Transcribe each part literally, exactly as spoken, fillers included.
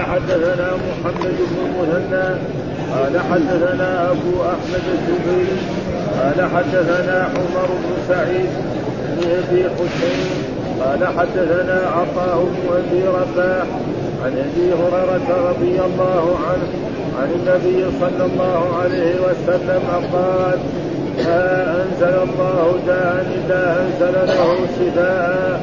حدثنا محمد بن المثنى قال حدثنا أبو أحمد الزبيري قال حدثنا عمر بن سعيد بن أبي حسين قال حدثنا عطاء بن أبي رباح عن أبي هريرة رضي الله عنه عن النبي صلى الله عليه وسلم قال ما أنزل الله داء إلا أنزل له شفاء.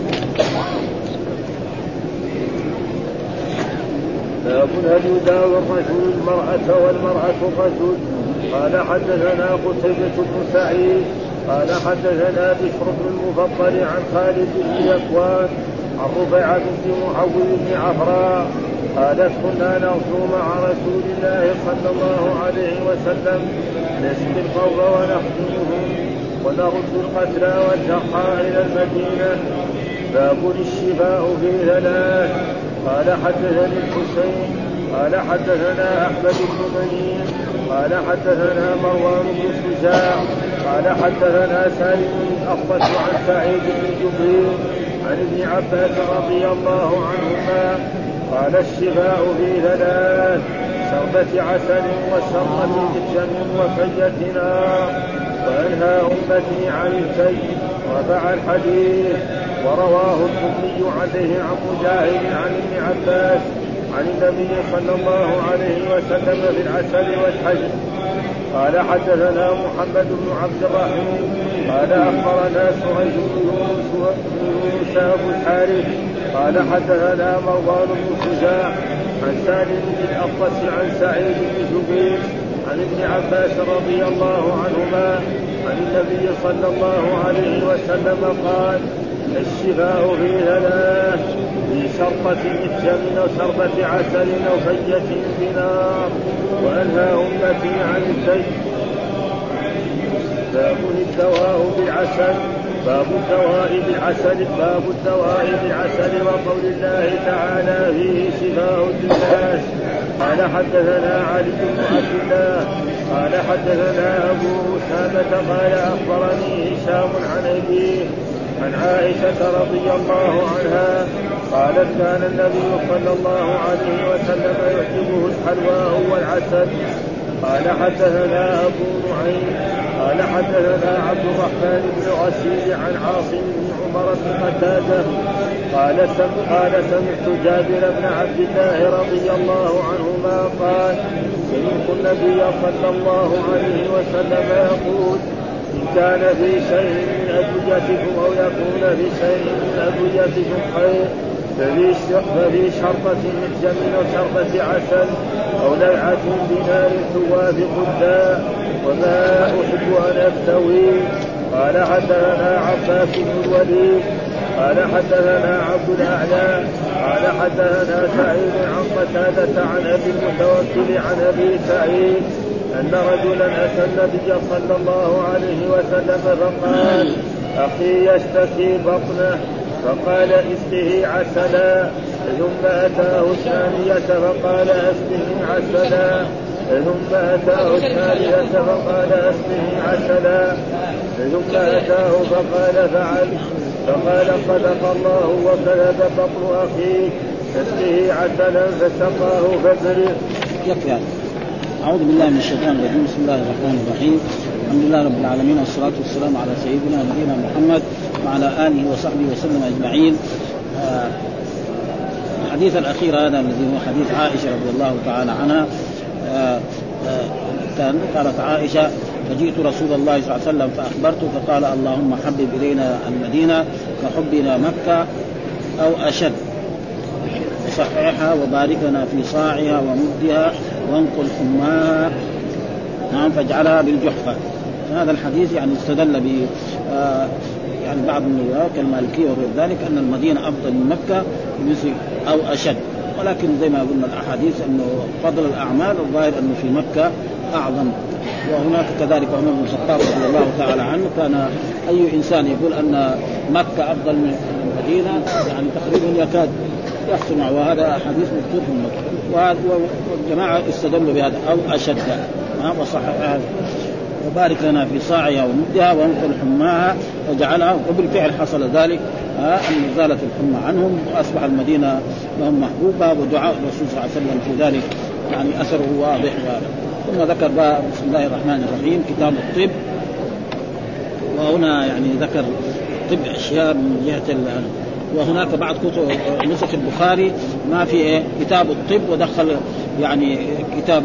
باب هل يداوي الرجل المرأة والمرأة الرجل. قال حدثنا قتيبة بن سعيد قال حدثنا بشر بن المفضل عن خالد بن يكوان عن ربيعة بن معوذ بن عفراء قالت كنا نغزو مع رسول الله صلى الله عليه وسلم نسقي القوم ونخدمهم ونرد القتلى والجرحى إلى المدينة. باب الشفاء في ثلاث. قال حدثني الحسين قال حدثنا أحمد بن منين قال حدثنا مروان بن شجاع قال حدثنا سالم الأخفش عن سعيد بن جبير عن ابن عباس رضي الله عنهما قال الشفاء في ثلاث شربة عسل وشربة دجن وفية نار وأنهى أمتي عن الكي. رفع الحديث ورواه الكلي عليه عن مجاهد عن ابن عباس عن النبي صلى الله عليه وسلم في العسل والحجر. قال حدثنا محمد بن عبد الرحيم قال أخبرنا سهيل بن يونس أبو الحارث قال حدثنا مروان بن شجاع عن سالم بن الأخفش عن سعيد بن جبير عن ابن عباس رضي الله عنهما عن النبي صلى الله عليه وسلم قال الشفاء في ثلاث في شربة متجم وشربة عسل أو فية بنار وأنهى أمتي عن الكي. باب الدواء بالعسل. باب الدواء بالعسل باب الدواء بالعسل وقول الله تعالى فيه شفاء للناس. قال حدثنا علي بن عبد الله قال حدثنا أبو أسامة قال أخبرني هشام عن أبيه عن عائشة رضي الله عنها قالت كان النبي صلى الله عليه وسلم يعجبه الحلواء والعسل. قال حدثنا أبو نعيم قال حدثنا عبد الرحمن بن غسيل عن عاصم بن عمر بن قتادة قال قال سمعت جابر بن عبد الله رضي الله عنهما قال سمعت النبي صلى الله عليه وسلم يقول إن كان في شيء من أدويتكم أو يكون في شيء من أدويتكم خير ففي شربة متجم وشربة عسل أو ليعة بنار توافق الداء وما أحب أن أفتوي. قال حدثنا عباس بن الوليد قال حدثنا عبد الأعلى قال حدثنا سعيد عن قتادة عن أبي المتوكل عن أبي سعيد أن رجلا أتى النبي صلى الله عليه وسلم فقال أخي يشتكي بطنه فقال اسقه عسلا. ثم أتاه الثانية فقال اسقه عسلا. ثم أتاه الثالثة فقال اسقه عسلا. ثم أتاه فقال فعل فقال صدق الله وكذب بطن أخيك اسقه عسلا فسقاه فبرئ. يكفي. أعوذ بالله من الشيطان الرجيم. بسم الله الرحمن الرحيم. الحمد لله رب العالمين والصلاة والسلام على سيدنا نبينا محمد وعلى آله وصحبه وسلم أجمعين. الحديث الأخير هذا الذي هو حديث عائشة رضي الله تعالى عنها كان قالت عائشة فجئت رسول الله صلى الله عليه وسلم فأخبرته فقال اللهم حبب إلينا المدينة كحبنا مكة أو أشد صحيحها وبارك لنا في صاعها ومدها وانقل حماها نعم فاجعلها بالجحفة. هذا الحديث يعني استدل ب يعني بعض الروايات كالمالكية وغير ذلك أن المدينة أفضل من مكة أو أشد، ولكن زي ما قلنا الأحاديث أنه فضل الأعمال الظاهر أنه في مكة أعظم. وهناك كذلك عمر بن الخطاب رضي الله تعالى عنه كان أي إنسان يقول أن مكة أفضل من المدينة يعني تقريبا يكاد يحسن، وهذا حديث مذكور في مكة والجماعة استدلوا بهذا أو أشد وصحح هذا وبارك لنا في صاعها ومدها وانقل حماها وجعلها، وبالفعل حصل ذلك أن زالت الحمى عنهم وأصبح المدينة لهم محبوبة، ودعاء الرسول صلى الله عليه وسلم في ذلك يعني أثره واضح. ثم ذكر بقى بسم الله الرحمن الرحيم كتاب الطب، وهنا يعني ذكر طب أشياء من جهة. وهناك بعض كتب نسخ البخاري ما في إيه كتاب الطب، ودخل يعني كتاب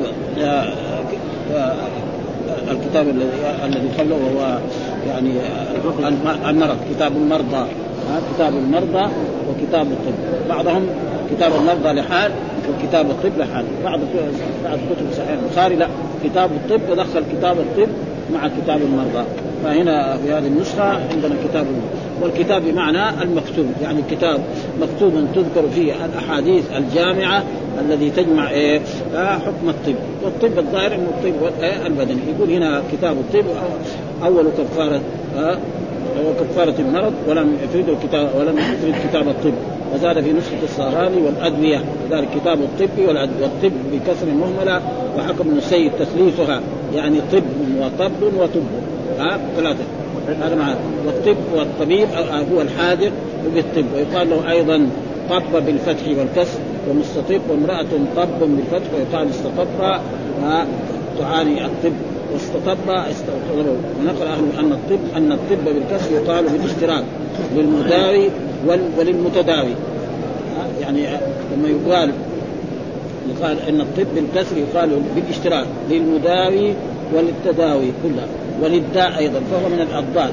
الكتاب الذي قبله وهو يعني المرض، كتاب المرضى، كتاب المرضى وكتاب الطب. بعضهم كتاب المرضى لحال وكتاب الطب لحال. بعض بعض كتب صحيح البخاري لا كتاب الطب ودخل كتاب الطب مع كتاب المرضى. فهنا في هذه النسخة عندنا كتاب المرضى. والكتاب بمعنى المكتوب، يعني كتاب مكتوب تذكر فيه الأحاديث الجامعة الذي تجمع إيه حكم الطب. والطب الظاهر إنه الطب البدني. يقول هنا كتاب الطب أول كفارة وكفارة المرض، ولم يفرد الكتاب ولم يفرد كتاب الطب. وزاد في نسخة الصهراني والأدوية ذلك كتاب الطب والأدوية. والطب بكسر مهملة وحكم ابن السيد تثليثها يعني طب وطب وطب ها ثلاثة هذا معنى. والطب والطبيب هو الحاذق بالطب. ويقال له أيضا طب بالفتح والكسر ومستطب، وامرأة طب بالفتح ويقال استطب تعاني الطب واستطب استطب. ونقل أهل أن الطب أن الطب بالكسر يقال بالاشتراك للمداوي وللمتداوي. يعني لما يقال يقال أن الطب بالكسر يقال بالاشتراك للمداوي وللتداوي كلها وللداء أيضا، فهو من الأضداد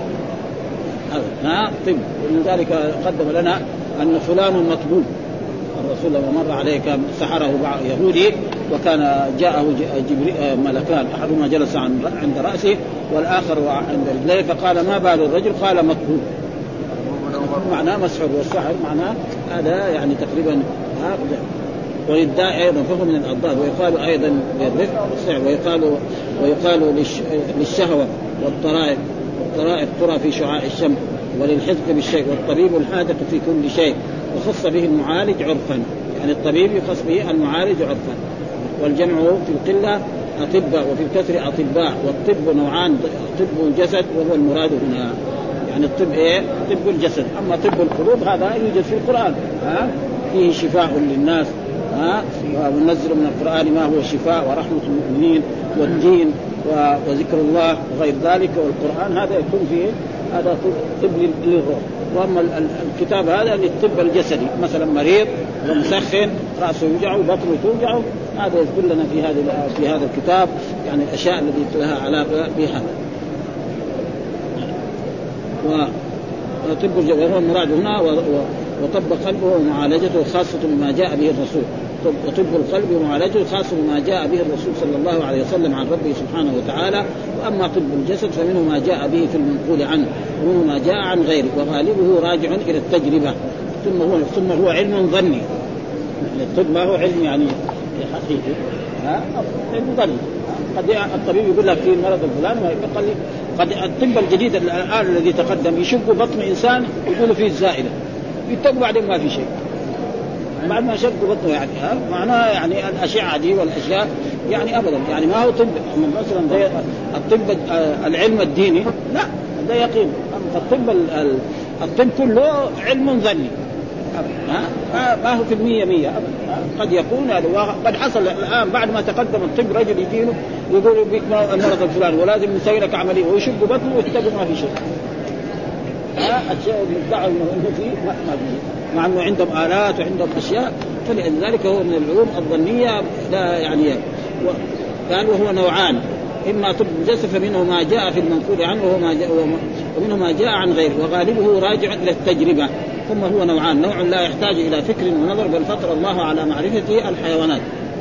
ها طب. ومن ذلك قدم لنا أن فلان مطبوب. الرسول لما مر عليه كان سحره يهودي، وكان جاءه جبريل ملكان، أحدهما جلس عند رأسه والآخر عند رجليه، فقال ما بال الرجل؟ قال مطبوب، معناه مسحور، والسحر معناه هذا يعني تقريبا هذا. وللداء أيضا فهو من الأضداد. ويقال أيضا للرفق والسعر. ويقال ويقال للشهوة والطرائف، والطرائف ترى في شعاع الشمس. وللحذق بالشيء، والطبيب الحاذق في كل شيء، وخص به المعالج عرفا، يعني الطبيب يخص به المعالج عرفا. والجمع في القلة أطباء وفي الكثر أطباء. والطب نوعان، طب الجسد وهو المراد هنا، يعني الطب إيه طب الجسد. أما طب القلوب هذا يوجد في القرآن ها فيه شفاء للناس ها وننزل من القرآن ما هو شفاء ورحمة المؤمنين والدين وذكر الله وغير ذلك. والقرآن هذا يكون فيه هذا طب للروح. واما الكتاب هذا للطب الجسدي، مثلا مريض ومسخن راسه يوجعه بطنه توجعه، هذا يذكر لنا في هذا في هذا الكتاب يعني الاشياء التي لها علاقه بها. وطب وهو المراد هنا. وطب قلبه ومعالجته خاصه بما جاء به الرسول. وطب القلب ومعالجته خاصة بما جاء به الرسول صلى الله عليه وسلم عن ربه سبحانه وتعالى. وأما طب الجسد فمنه ما جاء به في المنقول عنه، ومنه ما جاء عن غيره، وغالبه راجع إلى التجربة. ثم هو ثم هو علم ظني. الطب ما هو علم يعني حقيقي، ها علم ظني. قد الطبيب يقول لك في المرض الفلاني، وقال قد الطب الجديد الآن الذي تقدم يشق بطن إنسان يقولوا فيه الزائدة، يتقوا بعدين ما في شيء بعد ما شق بطنه، يعني ها معناه يعني الأشعة دي والأشياء يعني أبدا يعني ما هو طب. مثلا زي الطب العلم الديني لا ده يقين. الطب الطب كله علم ظني، ها ما هو في المية مية أبدا. قد يكون يعني قد حصل الآن بعد ما تقدم الطب رجل يجيله يقول بك المرض الفلاني ولازم نسوي لك عملية ويشق بطنه ويتقوا ما في شيء. ها الشيء اللي يدعوا إنه فيه ما فيه، مع أنه عندهم آلات وعندهم أشياء. فلذلك هو من العلوم الظنية لا يعني. قال وهو نوعان، إما طب الجسد فمنه ما جاء في المنقول عنه وما جاء ومنه ما جاء عن غيره، وغالبه راجع إلى التجربة. ثم هو نوعان، نوع لا يحتاج إلى فكر ونظر بل فطر الله على معرفته الحيوانات.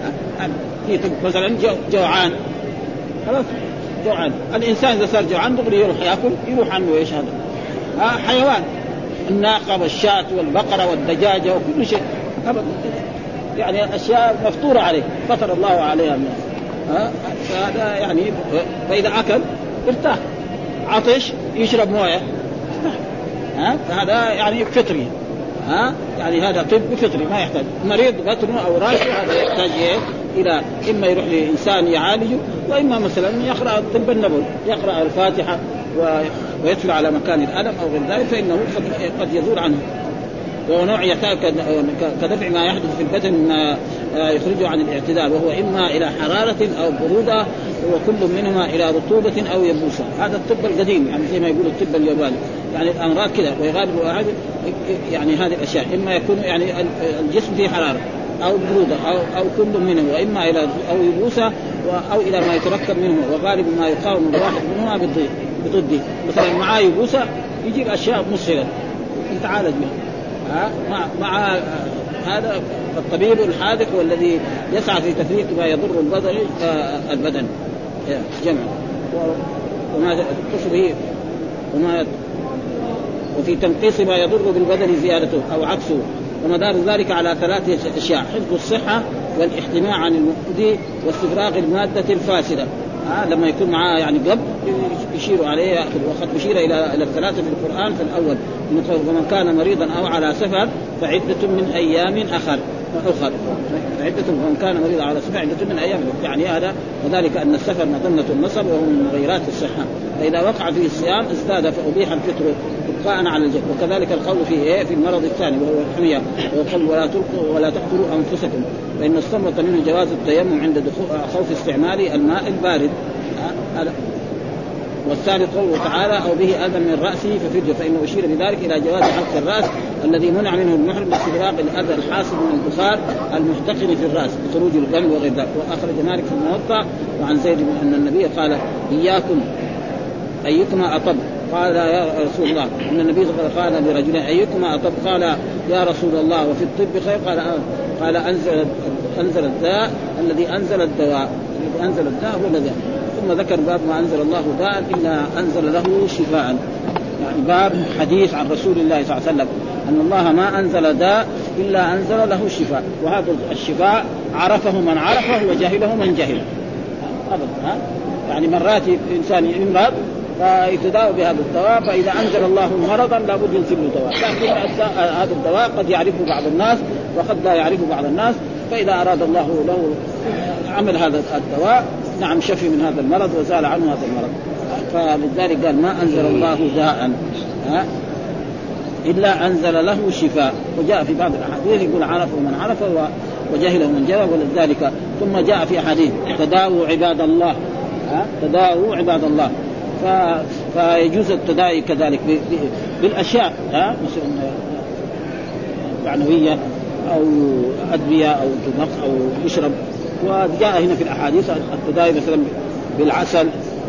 مثلا جوعان خلاص جوعان، الإنسان إذا صار جوعان دغري يروح يأكل يروح عنه إيش هذا ها حيوان. الناقة والشاة والبقرة والدجاجة وكل شيء أبدا يعني أشياء مفطورة عليه فطر الله عليها الناس. ها فهذا يعني فإذا أكل ارتاح، عطش يشرب موية، ها فهذا يعني فطري. ها يعني هذا طب فطري ما يحتاج. مريض بطنه أو راسه هذا يحتاج إلى إما يروح لإنسان يعالجه، وإما مثلا يقرأ طب النبوي يقرأ الفاتحة ويدخل على مكان الألم أو غير ذلك فإنه قد يزول عنه. وهو نوع كدفع ما يحدث في البدن ما يخرجه عن الاعتدال، وهو إما إلى حرارة أو برودة، وكل منهما إلى رطوبة أو يبوسة. هذا الطب القديم يعني زي ما يقول الطب الياباني، يعني الأمراض كذا ويغالب يعني هذه الأشياء إما يكون يعني الجسم فيه حرارة أو برودة أو أو كل منه، وإما إلى أو يبوسة أو إلى ما يتركب منه، وغالب ما يقاوم الواحد منهما بضده. مثلا معاه يبوسة يجيب أشياء مسهلة يتعالج بها. ها مع مع هذا الطبيب الحاذق هو الذي يسعى في تفريق ما يضر البدن البدن جمع وما تشبه وما وفي تنقيص ما يضر بالبدن زيادته أو عكسه. ومدار ذلك على ثلاثة أشياء: حفظ الصحة والاحتماء عن المؤذي واستفراغ المادة الفاسدة. آه لما يكون معاه يعني قبل يشير عليه، وقد يشير إلى إلى الثلاثة في القرآن. في الأول ومن كان مريضا أو على سفر فعدة من أيام أخر أخر عدة ومن كان مريضا على سفر عدة من أيام، يعني هذا. وذلك أن السفر مظنة النصب وهو من مغيرات الصحة، فإذا وقع فيه الصيام ازداد فأبيح الفطر ابقاء على الجد. وكذلك القول في إيه في المرض الثاني وهو الحمية، وقال ولا تلقوا ولا تقتلوا أنفسكم، فإن الصمت منه جواز التيمم عند خوف استعمال الماء البارد. والثالث قوله تعالى أو به أذى من رأسه ففدية، فإنه أشير بذلك إلى جواز حلق الرأس الذي منع منه المحرم باستغراق الأذى الحاصل من البخار المحتقن في الرأس بخروج الدم وغير ذلك. وأخرج مالك في الموطأ وعن زيد أن النبي قال إياكم أيكما أطب، قال يا رسول الله أن النبي قال لرجلين أيكما أطب، قال يا رسول الله وفي الطب خير، قال آه. قال أنزل أنزل الداء الذي أنزل الدواء، الذي أنزل الداء هو الذي. ثم ذكر باب ما أنزل الله داء إلا أنزل له شفاء، يعني باب حديث عن رسول الله صلى الله عليه وسلم أن الله ما أنزل داء إلا أنزل له شفاء. وهذا الشفاء عرفه من عرفه وجهله من جهله أبدا. يعني مرات إنسان يمرض فيتداوى بهذا الدواء، فإذا أنزل الله مرضا لابد ينزل له دواء، لكن هذا الدواء قد يعرفه بعض الناس وقد لا يعرفه بعض الناس، فإذا أراد الله له عمل هذا الدواء نعم شفي من هذا المرض وزال عنه هذا المرض. فلذلك قال ما أنزل الله داء إلا أنزل له شفاء. وجاء في بعض الأحاديث يقول عرفه من عرفه وجهله من جهله، ولذلك ثم جاء في حديث تداووا عباد الله، تداووا عباد الله، فيجوز التداعي كذلك بالأشياء ها مثل معنوية أو أدوية أو نقص أو يشرب. وجاء هنا في الأحاديث التداعي مثلا بالعسل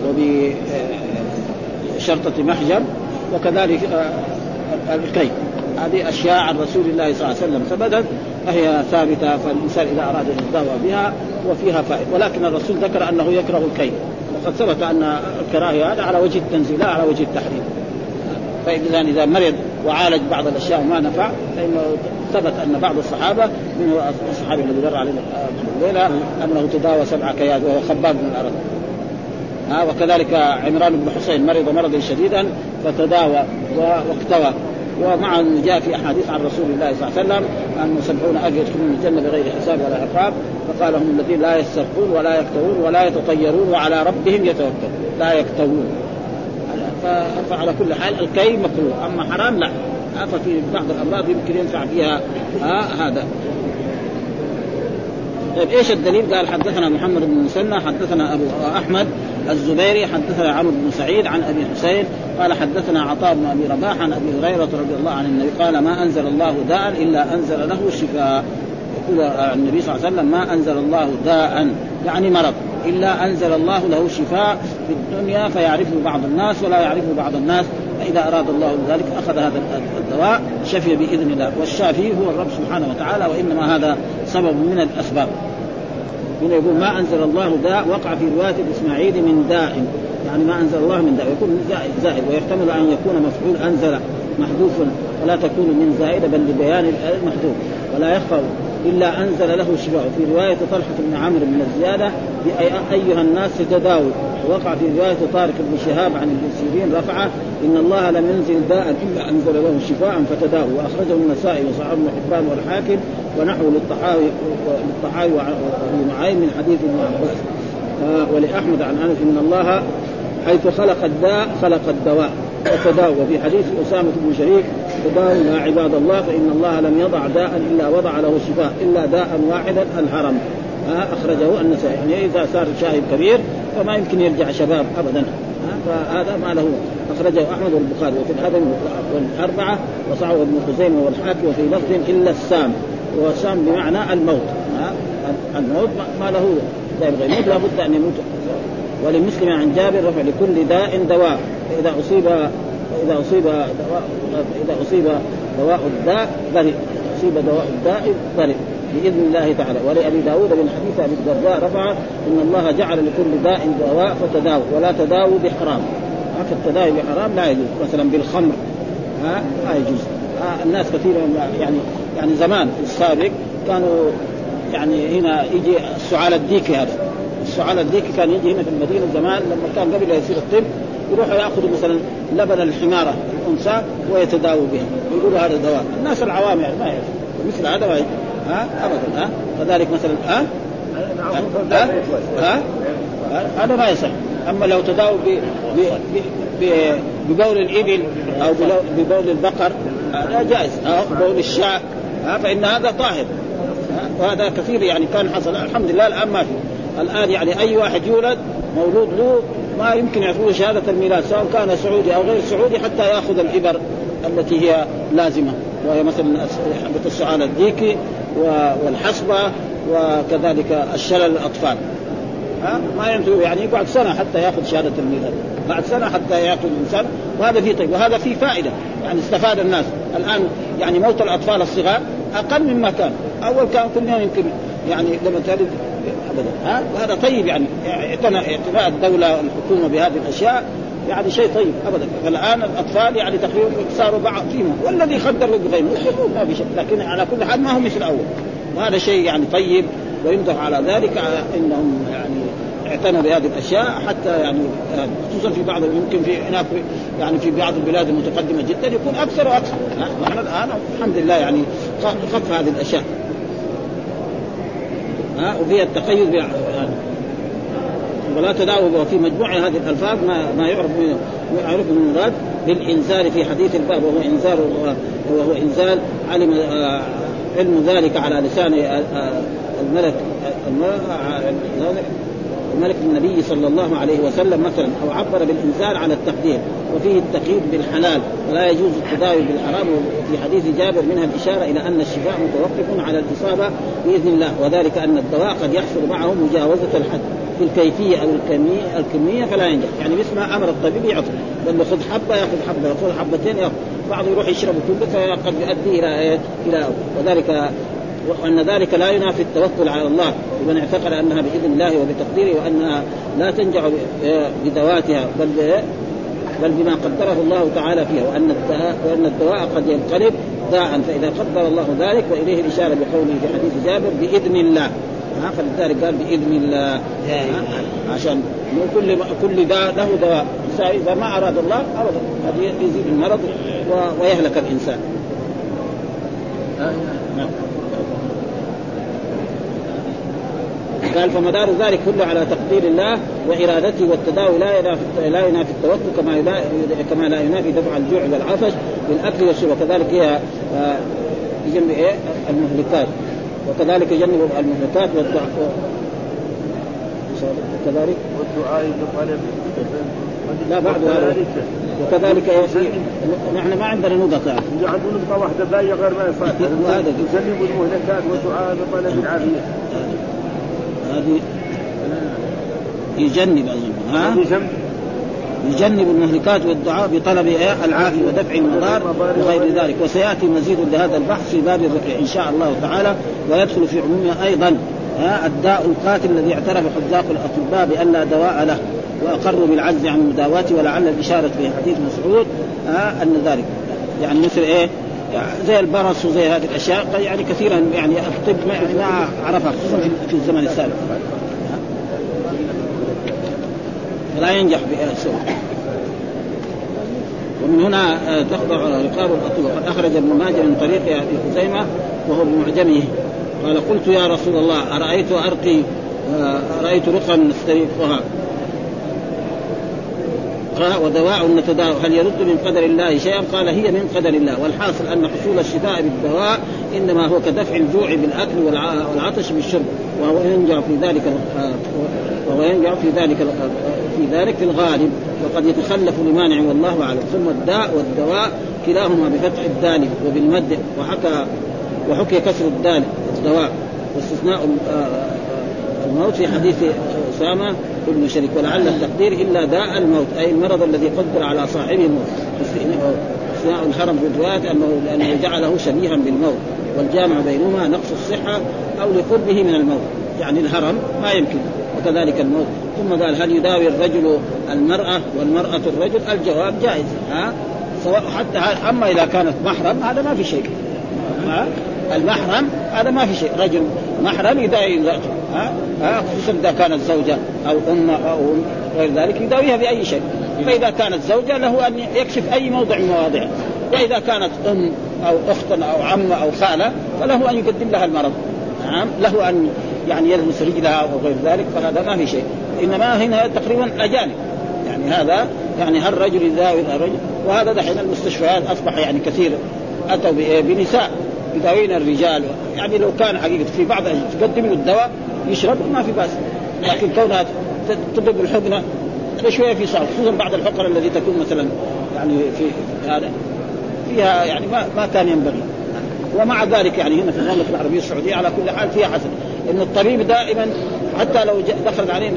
وبشرطة محجر وكذلك الكي. هذه أشياء عن رسول الله صلى الله عليه وسلم ثبتت فهي ثابتة، فالإنسان إذا أراد أن يتداوى بها وفيها فائدة. ولكن الرسول ذكر أنه يكره الكي، وقد ثبت أن الكراهية هذا على وجه التنزيل لا على وجه التحريم. فإذا إذا مرض وعالج بعض الأشياء وما نفع فإنه ثبت أن بعض الصحابة منه الصحابي الذي مر عليه الليلة أنه تداوى سبع كيات وهو خباب من الأرض. ها وكذلك عمران بن حسين مرض مرضا شديدا فتداوى واكتوى. ومع جاء في أحاديث عن رسول الله صلى الله عليه وسلم أن سبعون ألف يدخلون الجنة بغير حساب ولا عقاب، فقال هم الذين لا يسترقون ولا يكتوون ولا يتطيرون وعلى ربهم يتوكلون. لا يكتوون، فعلى كل حال الكي مكروه، أما حرام لا. ففي بعض الأمراض يمكن ينفع فيها آه هذا. طيب ايش الدليل؟ قال حدثنا محمد بن مسنى حدثنا ابو احمد الزبيري حدثنا عمرو بن سعيد عن ابي حسين قال حدثنا عطاء بن ابي رباح عن ابي هريره رضي الله عن النبي قال ما انزل الله داء الا انزل له شفاء. يقول النبي صلى الله عليه وسلم ما انزل الله داء يعني مرض الا انزل الله له شفاء في الدنيا فيعرفه بعض الناس ولا يعرفه بعض الناس، فاذا اراد الله ذلك اخذ هذا الدواء شفي باذن الله. والشافي هو الرب سبحانه وتعالى، وانما هذا سبب من الاسباب. هنا يقول ما أنزل الله داء، وقع في رواية الإسماعيلي من داء، يعني ما أنزل الله من داء، يكون من زائد، ويحتمل أن يكون مفعول أنزل محذوف ولا تكون من زائدة بل لبيان المحذوف. ولا يخفى إلا أنزل له شفاء. في رواية طلحة بن عمرو من الزيادة أيها الناس تداووا. ووقع في رواية طارق بن شهاب عن ابن سيرين رفعه إن الله لم ينزل داء إلا أنزل له شفاء فتداووا. وأخرجه النسائي وصححه ابن حبان والحاكم ونحو للطحاوي للطحاوي وابن نعيم من حديث ابن عباس. ولأحمد عن أنس إن الله حيث خلق الداء خلق الدواء وتداوى. وفي حديث أسامة بن شريك تداووا يا عباد الله فإن الله لم يضع داء إلا وضع له شفاء إلا داء واحدا الهرم. أخرجه النسائي. يعني إذا صار شايب كبير فما يمكن يرجع شباب أبدا، فهذا ما له. أخرجه أحمد والبخاري وفي الحدث والأربعة وصعب ابن خزيمة والحاكم وفي لفظ إلا السام، والسام بمعنى الموت. الموت ما له داء الغيموت لا بد أن يموت. ولمسلم عن جابر رفع لكل داء دواء، إذا أصيب إذا أصيب دواء إذا أصيب دواء الداء برئ، أصيب دواء الداء برئ بإذن الله تعالى. ولأبي داود من حديث أبي الدرداء رفع إن الله جعل لكل داء دواء فتداووا ولا تداووا بحرام. فالتداوي بحرام لا يجوز، مثلا بالخمر ها لا يجوز. الناس كثيرا يعني يعني زمان في السابق كانوا يعني هنا يجي السعال الديكي، هذا السعال الديكي كان يجي هنا في المدينة زمان لما كان قبل يصير الطب يروحوا يأخذوا مثلا لبن الحمارة الأنثى ويتداووا بها ويقولوا هذا دواء. الناس العوام يعني ما يعرفوا مثل هذا ما ها أبدا. ها كذلك مثلا ها ها ها هذا ما يصح. أما لو تداووا ببول الإبل أو ببول البقر هذا جائز، أو بول الشاء فإن هذا طاهر. وهذا كثير يعني كان حصل الحمد لله. الآن ما في. الآن يعني أي واحد يولد مولود له ما يمكن يعطوه شهادة الميلاد سواء كان سعودي أو غير سعودي حتى يأخذ الإبر التي هي لازمة، وهي مثلا حبة السعال الديكي والحصبة وكذلك الشلل الأطفال. ها ما ينتهي يعني يقعد سنة حتى يأخذ شهادة الميلاد، بعد سنة حتى يأخذ الإنسان. وهذا فيه طيب وهذا فيه فائدة يعني استفاد الناس. الآن يعني موت الأطفال الصغار أقل مما كان أول. كان كل يوم يمكن يعني لما تلد أبدا. ها وهذا طيب يعني اعتناء الدولة والحكومة بهذه الأشياء يعني شيء طيب أبدا. فالآن الأطفال يعني تقريبا صاروا بعض فيهم، والذي خدر له بغيره ما في شيء، لكن على كل حال ما هو مثل الأول. وهذا شيء يعني طيب ويمدح على ذلك إنهم يعني اعتنوا بهذه الأشياء حتى يعني خصوصا في بعض يمكن في هناك يعني في بعض البلاد المتقدمة جدا يكون أكثر وأكثر. نحن الآن الحمد لله يعني خف هذه الأشياء. ها وفي التقيد يعني ولا تداووا. وفي مجموعة هذه الألفاظ ما ما يعرف من يعرف من المراد بالإنزال في حديث الباب، وهو إنزال وهو إنزال علم علم ذلك على لسان الملك الملك النبي صلى الله عليه وسلم مثلا، أو عبر بالإنزال على التقدير. وفيه التقييد بالحلال ولا يجوز التداوي بالحرام. وفي حديث جابر منها الإشارة إلى أن الشفاء متوقف على الإصابة بإذن الله، وذلك أن الدواء قد يحصل معه مجاوزة الحد في الكيفية أو الكمية, الكمية فلا ينجح. يعني مثل ما أمر الطبيب يعطي، لما خذ حبة يأخذ حبة، يأخذ حبتين يأخذ، بعض يروح يشرب كله فقد يؤدي إلى إلى وذلك وأن ذلك لا ينافي التوكل على الله لمن اعتقد أنها بإذن الله وبتقديره، وأنها لا تنجح بذواتها بل بل بما قدره الله تعالى فيها، وأن الدواء وأن الدواء قد ينقلب داء فإذا قدر الله ذلك. وإليه الإشارة بقوله في حديث جابر بإذن الله. ها فلذلك قال بإذن الله عشان كل كل داء له دواء. إذا ما أراد الله أبدا هذا يزيد المرض ويهلك الإنسان. قال فمدار ذلك كله على تقدير الله وإرادته، والتداوي لا ينافي لا ينافي التوكل كما كما لا ينافي دفع الجوع والعطش بالأكل والشرب. وكذلك هي يجنب إيه المهلكات، وكذلك يجنب المهلكات والدعاء وكذلك والدعاء بطلب لا بعد هذا. وكذلك نحن ما عندنا نقطة، عندنا نقطة واحدة باقية غير ما يصح. هذا يجنب المهلكات والدعاء بطلب العافية. هذه يجنب أظن ها يجنب المهلكات والدعاء بطلب العافية ودفع المضار وغير ذلك. وسيأتي مزيد لهذا البحث في باب الرقية إن شاء الله تعالى. ويدخل في عمومه أيضا الداء القاتل الذي اعترف حذاق الأطباء بأن لا دواء له وأقروا بالعجز عن مداواته. ولعل الإشارة في حديث مسعود أن ذلك يعني مثل إيه زي البرص وزي هذه الأشياء يعني كثيرا يعني الطب ما عرفها خصوصا في الزمن السابق فلا ينجح بسوء. ومن هنا تخضع رقاب الأطباء. وقد أخرج ابن ماجه من طريق أبي خزيمة وهو بمعجمه قال قلت يا رسول الله أرأيت أرقي أرأيت رقا نستريقها ودواء نتداوى هل يرد من قدر الله شيئا؟ قال هي من قدر الله. والحاصل أن حصول الشفاء بالدواء إنما هو كدفع الجوع بالأكل والعطش بالشرب، وهو ينجع في ذلك وهو ينجع في ذلك في ذلك في الغالب، وقد يتخلف لمانع والله أعلم. ثم الداء والدواء كلاهما بفتح الدال وبالمد، وحكى وحكي كسر الدال الدواء واستثناء الموت في حديث أسامة بن شريك. ولعل التقدير إلا داء الموت أي المرض الذي قدر على صاحبه الموت. استثناء الحرم في الرواية أنه لأنه جعله شبيها بالموت، والجامع بينهما نقص الصحة أو لقربه من الموت، يعني الهرم ما يمكن وكذلك الموت. ثم قال هل يداوي الرجل المرأة والمرأة الرجل؟ الجواب جائز، ها سواء حتى. أما إذا كانت محرم هذا ما في شيء، ها المحرم هذا ما في شيء، رجل محرم يداوي امرأته، ها ها خصوصا إذا كانت زوجة أو أم أو غير ذلك يداويها بأي شيء. فإذا كانت زوجة له أن يكشف أي موضع من مواضعه، وإذا كانت أم أو أخت أو عم أو خالة فله أن يقدم لها المرض، نعم له أن يعني يلمس رجلها أو غير ذلك، فهذا ما في شيء. إنما هنا تقريبا أجانب، يعني هذا يعني هل الرجل يداوي الرجل. وهذا دحين المستشفيات أصبح يعني كثير أتوا بنساء يداوين الرجال، يعني لو كان حقيقة في بعض تقدم له الدواء يشرب ما في بأس، لكن كونها تطبق الحقنة شوية في صعب، خصوصا بعد الحقنة الذي تكون مثلا يعني في هذا فيها يعني ما ما كان ينبغي. ومع ذلك يعني هنا في المملكة العربية السعودية على كل حال فيها حسن، إن الطبيب دائما حتى لو دخلت عليه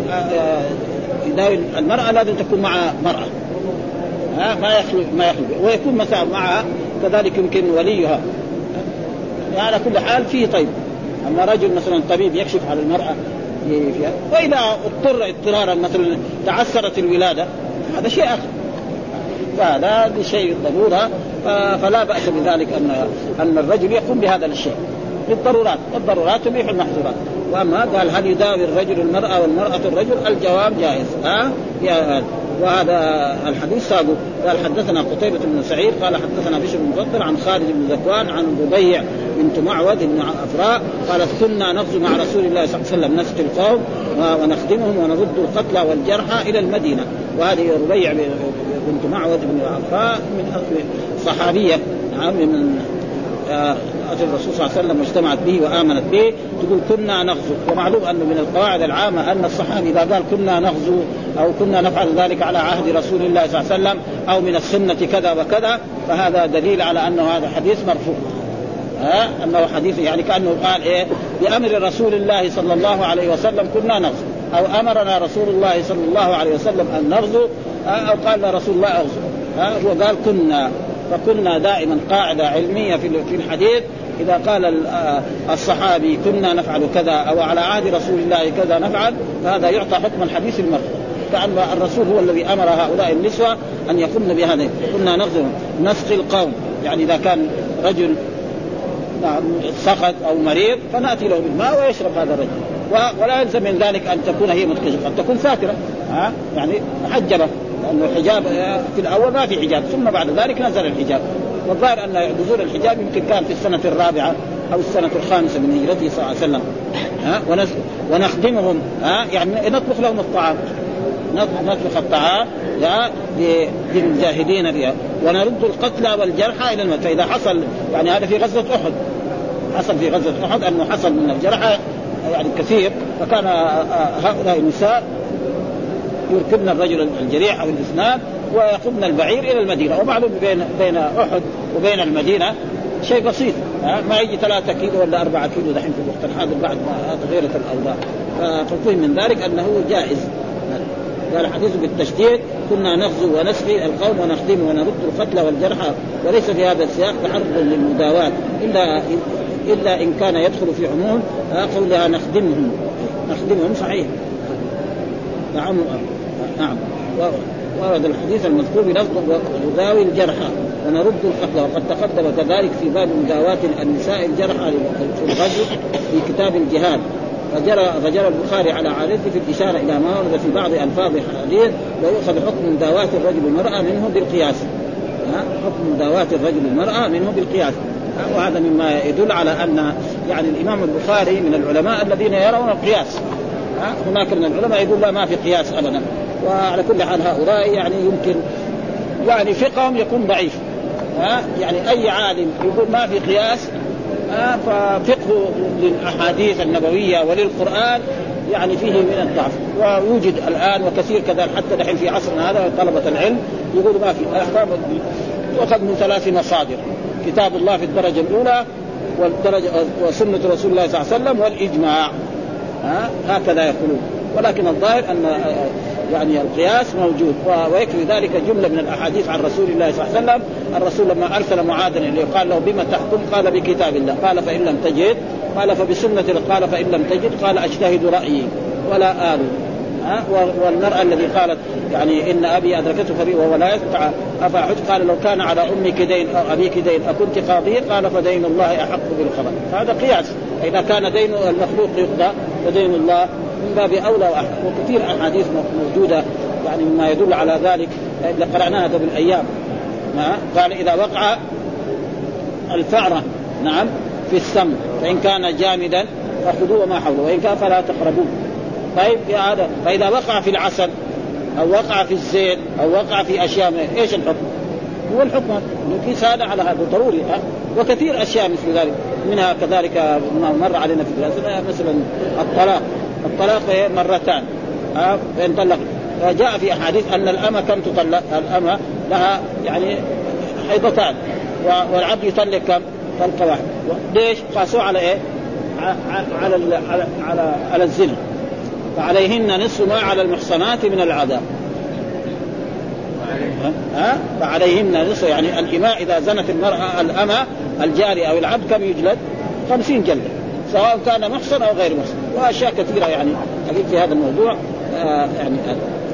يداوي المرأة لازم تكون مع مرأة، ها ما يخلو ما يخلو ويكون مثلا معها كذلك يمكن وليها، يعني على كل حال فيه. طيب أما رجل مثلا طبيب يكشف على المرأة فيها، وإذا اضطر اضطرارا مثلا تعسرت الولادة هذا شيء آخر، فهذا شيء ضرورة، فلا بأس بذلك أن أن الرجل يقوم بهذا الشيء بالضرورات، والضرورات تبيح المحظورات. وأما قال هل يداوي الرجل المرأة والمرأة الرجل؟ الجواب جائز، ها يا وهذا الحديث سابق. قال حدثنا قتيبة بن سعيد قال حدثنا بشر بن مفضل عن خالد بن ذكوان عن ربيع بنت معوذ بن أفراء قالت كنا نغزو مع رسول الله صلى الله عليه وسلم نسقي القوم ونخدمهم ونرد القتلى والجرحى إلى المدينة. وهذه ربيع بنت معوذ بن أفراء من صحابية من أجل الرسول صلى الله عليه وسلم واجتمعت به وآمنت به. تقول كنا نغزو، ومعلوم أنه من القواعد العامة أن الصحابي إذا قال كنا نغزو أو كنا نفعل ذلك على عهد رسول الله صلى الله عليه وسلم أو من السنة كذا وكذا، فهذا دليل على أنه هذا حديث مرفوع، ها أنه حديث يعني كأنه قال إيه بأمر رسول الله صلى الله عليه وسلم كنا نغزو، أو أمرنا رسول الله صلى الله عليه وسلم أن نغزو، أو قال رسول الله أغزو، ها هو قال كنا. فكنا دائما قاعدة علمية في الحديث، إذا قال الصحابي كنا نفعل كذا أو على عهد رسول الله كذا نفعل، فهذا يعطى حكم الحديث المرفوع، كأن الرسول هو الذي أمر هؤلاء النسوة أن يقومن بهذا. كنا نغزو نسقي القوم، يعني إذا كان رجل سقط أو مريض فنأتي له بالماء ويشرب هذا الرجل، ولا يلزم من ذلك أن تكون هي متكشفة، قد تكون ساترة، ها يعني محجبة، لأنه الحجاب في الأول ما في حجاب، ثم بعد ذلك نزل الحجاب. والظاهر أن نزول الحجاب يمكن كان في السنة الرابعة أو السنة الخامسة من هجرته صلى الله عليه وسلم. ها ونخدمهم، ها يعني نطبخ لهم الطعام، نطبخ الطعام للمجاهدين فيها، ونرد القتلى والجرحى إلى الموت. فإذا حصل يعني هذا في غزوة أحد، حصل في غزوة أحد أنه حصل من الجرحى يعني كثير، فكان هؤلاء النساء يركبن الرجل الجريح أو الاثنان ويقومن البعير إلى المدينة. ومعلوم بين بين أحد وبين المدينة شيء بسيط، ما يجي ثلاثة كيلو ولا أربعة كيلو دحين في الوقت الحاضر بعد ما تغيرت الأوضاع. فقلت من ذلك أنه جائز. قال حديث بالتشديد كنا نغزو ونسقي القوم ونخدم ونرد القتلى والجرحى، وليس في هذا السياق تعرض للمداواة إلا إلا إن كان يدخل في عموم قولها نخدمهم. نخدمهم صحيح، نعم نعم. ورد الحديث المذكور بلفظ نداوي الجرحى ونرد القتلى، وقد تقدم كذلك في باب مداواة النساء الجرحى في الغزو في كتاب الجهاد. فجرى فجرى البخاري على عادته في الإشارة إلى ما ورد في بعض ألفاظ الحديث، ويؤخذ حكم مداواة الرجل المرأة منه بالقياس، حكم مداواة الرجل المرأة منه بالقياس. وهذا مما يدل على أن يعني الإمام البخاري من العلماء الذين يرون القياس. هناك من العلماء يقول لا ما في قياس أبدا، وعلى كل حال هؤلاء يعني يمكن يعني فقههم يكون ضعيف. ها يعني أي عالم يقول ما في قياس ففقه للأحاديث النبوية وللقرآن يعني فيه من الضعف. ويوجد الآن وكثير كذا حتى نحن في عصرنا هذا طلبة العلم يقولوا ما في الأحكام يؤخذ من ثلاث مصادر: كتاب الله في الدرجة الأولى والدرجة وسنة رسول الله صلى الله عليه وسلم والإجماع. ها هكذا يقولون. ولكن الظاهر أن يعني القياس موجود، ويكفي ذلك جملة من الأحاديث عن رسول الله صلى الله عليه وسلم. الرسول لما أرسل معاذا إليه قال له بما تحكم؟ قال بكتاب الله. قال فإن لم تجد؟ قال فبسنة. قال فإن لم تجد؟ قال أجتهد رأيي ولا آل. ها والمرأة الذي قالت يعني إن أبي أدركته فبي وهو لا يستطيع أفاحج، قال لو كان على أمك دين أو أبيك دين أكنت قاضية؟ قال فدين الله أحق بالقضاء. هذا قياس. إذا كان دين المخلوق يقضى فدين الله من باب أولى وأحق. وكثير أحاديث موجودة يعني مما يدل على ذلك اللي قرأناها قبل أيام. قال إذا وقع الفأرة نعم في السم فإن كان جامدا فخذوه ما حوله وإن كان فلا تقربوه. طيب يا هذا فإذا وقع في العسل أو وقع في الزيت أو وقع في أشياء إيش الحكم؟ هو الحكم نقيس هذا على هذا ضروري. ها وكثير أشياء مثل ذلك منها كذلك مر علينا في دراسة مثلا الطلاق. الطلاق مرتان فإن طلق جاء في أحاديث أن الأمة كم تطلق؟ الأمة لها يعني حيضتان والعبد يطلق كم؟ طلقة واحدة. ليش؟ قاسوا على إيه؟ على على على, على الزنا. فعليهن نصف ما على المحصنات من العذاب. ها فعليهن نصف يعني الإماء إذا زنت المرأة الأمة الجارية أو العبد كم يجلد؟ خمسين جلدة سواء كان محصن أو غير محصن. وأشياء كثيرة يعني حديث في هذا الموضوع. آه يعني آه.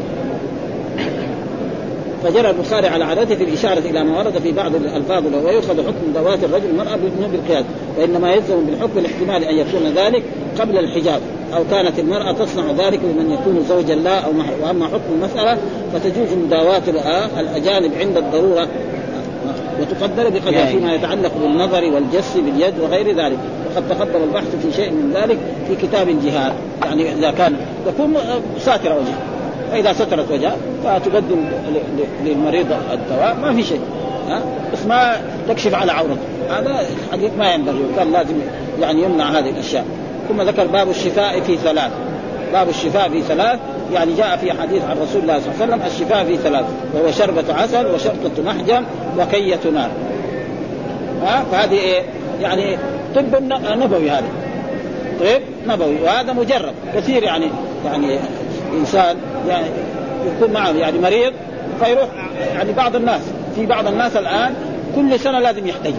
فجرى البخاري على عادته في الإشارة إلى ما ورد في بعض الألفاظ ويؤخذ حكم ذوات الرجل المرأة بالقياس، وإنما يلزم بالحكم الاحتمال أن يكون ذلك قبل الحجاب أو كانت المرأة تصنع ذلك لمن يكون زوجا لا أو محرم. وأما حكم المسألة فتجوز مداواة الأجانب عند الضرورة وتقدر بقدر فيما يتعلق بالنظر والجس باليد وغير ذلك. وقد تقدم البحث في شيء من ذلك في كتاب الجهاد. يعني إذا كان تكون ساترة وجه فإذا سترت وجه فتقدم للمريض الدواء ما في شيء. ها بس ما تكشف على عورته هذا حديث ما ينبغي وكان لازم يعني يمنع هذه الأشياء. ثم ذكر باب الشفاء في ثلاث. باب الشفاء في ثلاث يعني جاء في حديث عن رسول الله صلى الله عليه وسلم الشفاء في ثلاث وهو شربة عسل وشرطة محجم وكية نار. ها فهذه إيه يعني طب نبوي. هذا طب نبوي وهذا مجرب كثير. يعني يعني إنسان يعني يكون معه يعني مريض فيروح يعني بعض الناس في بعض الناس الآن كل سنة لازم يحتجم.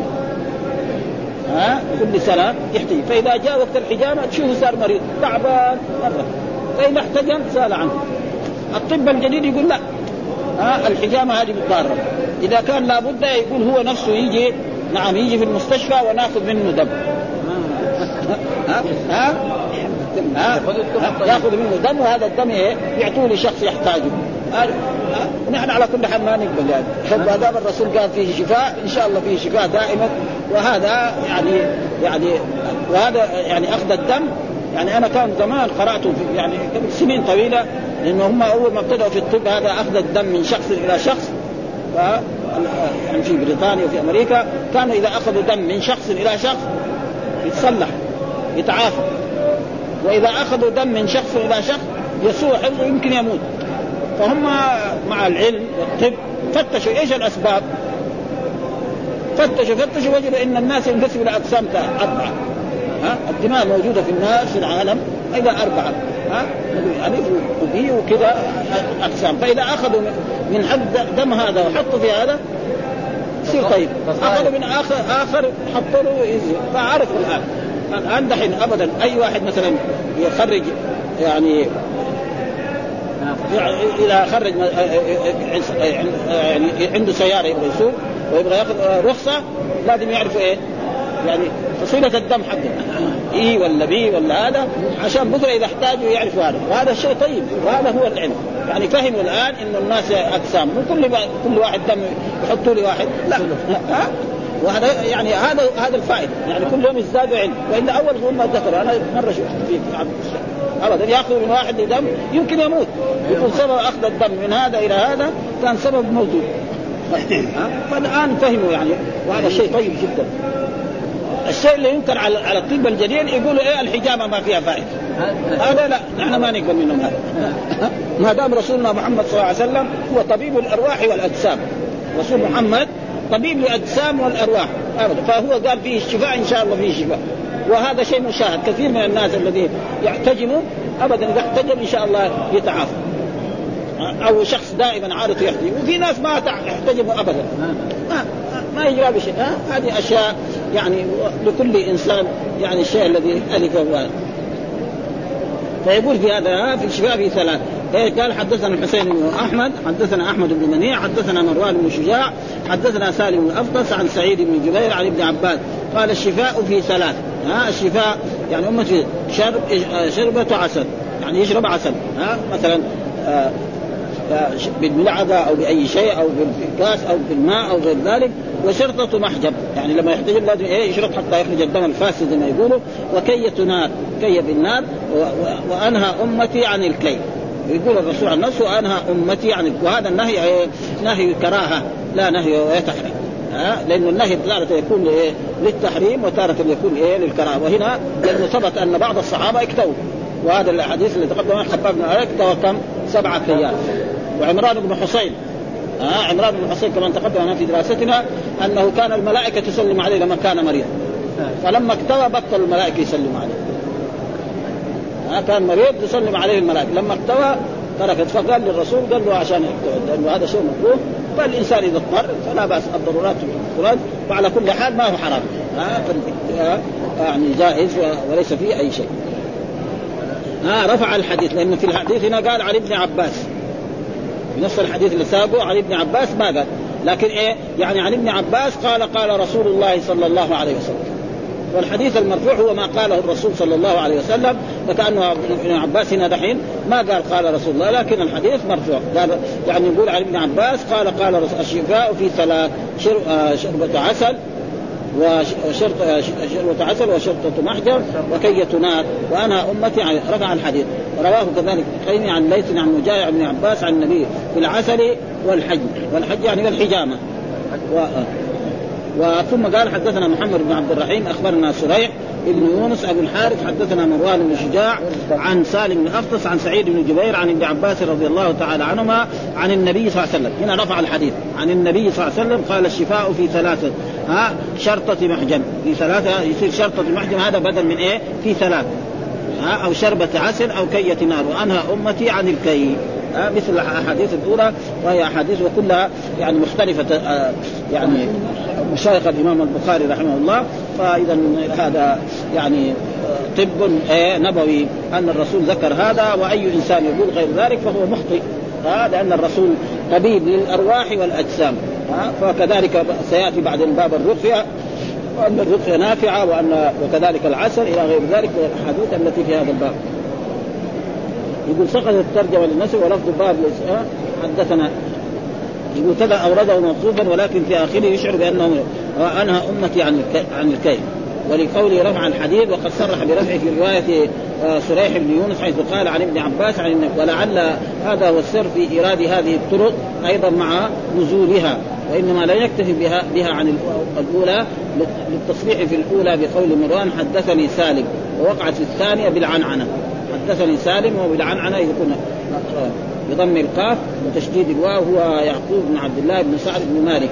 ها كل سنة يحتجم فإذا جاء وقت الحجامة تشوفه صار مريض تعبان مرة فإذا احتجم سال عنه. الطب الجديد يقول لا ها الحجامة هذه مضارة. إذا كان لابد يقول هو نفسه يجي نعم يجي في المستشفى وناخذ منه دم. ها ها ها ياخذ منه دم وهذا الدم ايه يعطوه لشخص يحتاجه. ونحن على كل حال ما نقبل يعني. ما دام الرسول قال فيه شفاء ان شاء الله فيه شفاء دائما. وهذا يعني يعني وهذا يعني اخذ الدم يعني انا كان زمان قراته في يعني قبل سنين طويله لانه هم اول ما ابتدأوا في الطب هذا اخذ الدم من شخص الى شخص. ف يعني في بريطانيا وفي امريكا كانوا اذا اخذوا دم من شخص الى شخص يتصلح يتعافى، واذا اخذوا دم من شخص الى شخص يسوع يمكن يموت. فهم مع العلم والطب فتشوا ايش الاسباب، فتشوا فتشوا وجدوا ان الناس ينقسموا الى اقسام اربعه. ها الدماء موجوده في الناس في العالم الى اربعه، ها الف وبي وكذا اقسام. فاذا اخذوا من حد دم هذا وحطوا في هذا يصير طيب، اخذوا من اخر اخر حطوا له يزيد. فعرفوا الان الان دحين ابدا اي واحد مثلا يخرج يعني إذا خرج يعني عنده سيارة يبغى يسوق ويبغى ياخذ رخصة لازم يعرف إيه يعني فصيلة الدم حقه إيه ولا بي ولا هذا، عشان بكرة إذا احتاجوا يعرفوا هذا. وهذا شيء طيب وهذا هو العلم. يعني فهموا الآن إنه الناس أقسام مو كل كل واحد دم يحطوا لي واحد لا ها. وهذا يعني هذا هذا الفائدة يعني كل يوم يزدادوا علم. وإلا أول يوم ما ذكروا أنا مرة شفت فيه خلاص أبدا يأخذ من واحد لدم يمكن يموت، يكون سبب أخذ الدم من هذا إلى هذا كان سبب موجود. فالآن فهموا يعني، وهذا شيء طيب جدا. الشيء اللي ينكر على على الطب الجديد يقولوا إيه الحجامة ما فيها فائدة، هذا لا نحن ما نقبل منهم هذا. ما دام رسولنا محمد صلى الله عليه وسلم هو طبيب الأرواح والأجسام، رسول محمد طبيب الأجسام والأرواح أبدا، فهو قال فيه الشفاء إن شاء الله فيه شفاء، وهذا شيء مشاهد. كثير من الناس الذين يحتجموا أبدا إذا احتجم إن شاء الله يتعافى، أو شخص دائما عارض يحتجم، وفي ناس ما يحتجموا أبدا ما, ما يجرى بشيء. هذه أشياء يعني لكل إنسان يعني الشيء الذي ألف هو. فيقول في هذا في الشفاء في ثلاث. قال حدثنا الحسين بن أحمد حدثنا أحمد بن منيع حدثنا مروان بن شجاع حدثنا سالم بن أفطس عن سعيد بن جبير عن ابن عباس قال الشفاء في ثلاث. ها الشفاء يعني أمتي شرب شربة عسل، يعني يشرب عسل، ها مثلا آه بالملعقة أو بأي شيء أو بالكاس أو بالماء أو غير ذلك. وشرطة محجب يعني لما يحتاج لازم إيه يشرب حتى يخرج الدم الفاسد زي ما يقولوا. وكية نار، كي بالنار. وأنهى أمتي عن الكي، يقول الرسول عن نفسه وأنهى أمتي عن الكي. وهذا النهي إيه؟ نهي كراهة لا نهي تحريم، ها لأن النهي تارة يكون إيه للتحريم وتارة يكون إيه للكراهة. وهنا لأنه ثبت أن بعض الصحابة اكتووا، وهذا الحديث اللي تقدم خباب بن أريك توكم سبعة كيات. وعمران بن حسين آه عمران بن حسين كما تقدم في دراستنا أنه كان الملائكة تسلم عليه لما كان مريض، فلما اكتوى بطل الملائكة يسلم عليه. آه كان مريض يسلم عليه الملائكة، لما اكتوى تركت. فقال للرسول قال له عشان يكتوى، لأنه هذا شيء مكروه. فالإنسان إذا اضطر فلا بأس، الضرورات تفرج، وعلى كل حال ما هو حرام، آه يعني جائز وليس فيه أي شيء. آه رفع الحديث، لأن في الحديث هنا قال عن ابن عباس، نفس الحديث اللي سابه عن ابن عباس ما قال، لكن إيه يعني عن ابن عباس قال قال رسول الله صلى الله عليه وسلم. والحديث المرفوع هو ما قاله الرسول صلى الله عليه وسلم، فكأنه ابن عباس هنا دحين ما قال قال رسول الله، لكن الحديث مرفوع. قال يعني يقول عن ابن عباس قال قال رسول الشفاء في ثلاث، شربة عسل وشرطة شرطة عسل وشرطة محجر وكية نار وأنا أمتي. رفع الحديث. رواه كذلك قيمي عن ليث عن مجاهد بن عباس عن النبي في العسل والحج، والحج يعني والحجامة. و... وثم قال حدثنا محمد بن عبد الرحيم أخبرنا سريع ابن يونس أبو الحارث حدثنا مروان بن شجاع عن سالم بن أفطس عن سعيد بن جبير عن ابن عباس رضي الله تعالى عنهما عن النبي صلى الله عليه وسلم. هنا رفع الحديث عن النبي صلى الله عليه وسلم قال الشفاء في ثلاثة، ها شرطة محجم في ثلاثة، يصير شرطة محجم هذا بدل من إيه في ثلاثة، ها أو شربة عسل أو كية نار وأنهى أمتي عن الكي، ها مثل الأحاديث الأولى، وهي أحاديث وكلها يعني مختلفة يعني مشايخ الإمام البخاري رحمه الله. فإذا هذا يعني طب نبوي أن الرسول ذكر هذا، وأي إنسان يقول غير ذلك فهو مخطئ، لأن الرسول طبيب للأرواح والأجسام. فكذلك سيأتي بعد باب الرقية وأن الرقية نافعة، وأن وكذلك العسل إلى غير ذلك من الأحاديث التي في هذا الباب. يقول سقط الترجمة للنسب ولفظ الباب حدثنا، يقول كذا أورده موصوفا ولكن في آخره يشعر بأنه أنهى أمتي عن عن الكي، ولقوله رفع الحديث وقد صرح برفعه في رواية سريح بن يونس حيث قال عن ابن عباس عن النبي. ولعل هذا هو السر في إيراد هذه الطرق أيضا مع نزولها، وإنما لا يكتفي بها, بها عن الأولى للتصريح في الأولى بقول مروان حدثني سالم، ووقعت في الثانية بالعنعنة حدثني سالم، وبالعنعنة يكون بضم القاف وتشديد الواو هو يعقوب بن عبد الله بن سعد بن مالك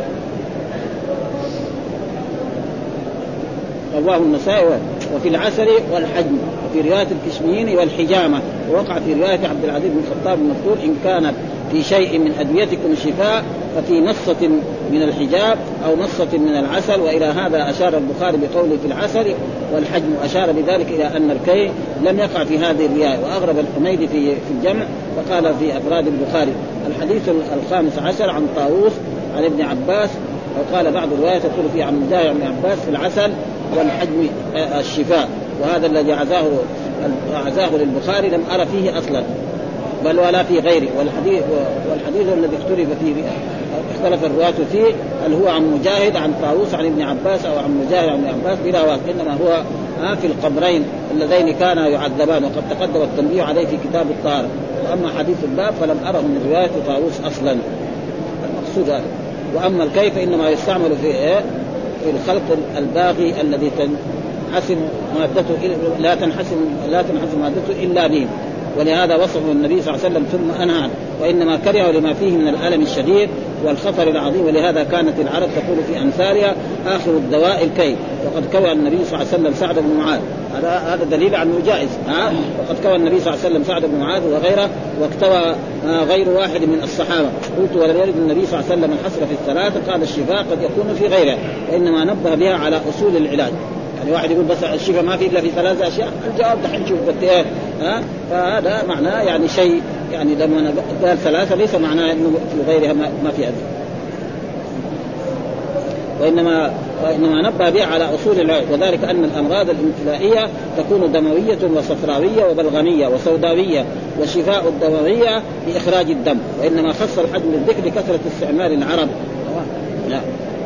رواه النسائي. وفي العسل والحجم، وفي رواية الكشميين والحجامة، ووقع في رواية عبد العزيز بن الخطاب المذكور إن كانت في شيء من أدويتكم الشفاء ففي نصة من الحجاب أو نصة من العسل. وإلى هذا أشار البخاري بقوله في العسل والحجم، أشار بذلك إلى أن الكي لم يقع في هذه الرواية. وأغرب الحميدي في في الجمع وقال في أفراد البخاري. الحديث الخامس عشر عن طاووس عن ابن عباس، وقال بعض الروايات تقول فيه عن مجاهد بن عباس في العسل والحجم الشفاء، وهذا الذي عزاه عزاه للبخاري لم أرى فيه أصلا بل ولا في غيره. والحديث والحديث الذي اختلف فيه اختلف الرواة فيه هل هو عن مجاهد عن طاووس عن ابن عباس أو عن مجاهد عن ابن عباس بلا واقع، إنما هو ها في القبرين اللذين كانا يعذبان، وقد تقدم التنبيه عليه في كتاب الطهارة. وأما حديث الباب فلم أره من رواية طاووس أصلا، المقصود هذا. وأما الكيف إنما يستعمل في إيه؟ في الخلق الباغي الذي تنحسم مادته لا تنحسم لا تنحسم مادته إلا به، ولهذا وصفه النبي صلى الله عليه وسلم ثم أنهى، وإنما كره لما فيه من الألم الشديد والخطر العظيم. ولهذا كانت العرب تقول في أمثالها آخر الدواء الكي. وقد كوى النبي صلى الله عليه وسلم سعد بن معاذ، هذا هذا دليل عنه جائز. ها وقد كوى النبي صلى الله عليه وسلم سعد بن معاذ وغيره، واكتوى غير واحد من الصحابة. قلت ولم يرد النبي صلى الله عليه وسلم الحصر في الثلاثة، قال الشفاء قد يكون في غيره، وإنما نبه بها على أصول العلاج. يعني واحد يقول بس الشفاء ما في إلا في ثلاثة أشياء، الجواب دحين نشوف بالتئات. ها فهذا معناه يعني شيء، يعني لما قال ثلاثة ليس معناه إنه في غيرها ما في أذى، وإنما وإنما نبه بها على أصول العلاج. وذلك أن الأمراض الامتلائية تكون دموية وصفراوية وبلغمية وسوداوية، وشفاء الدموية بإخراج الدم. وإنما خص الحجم بالذكر لكثرة استعمال العرب. لا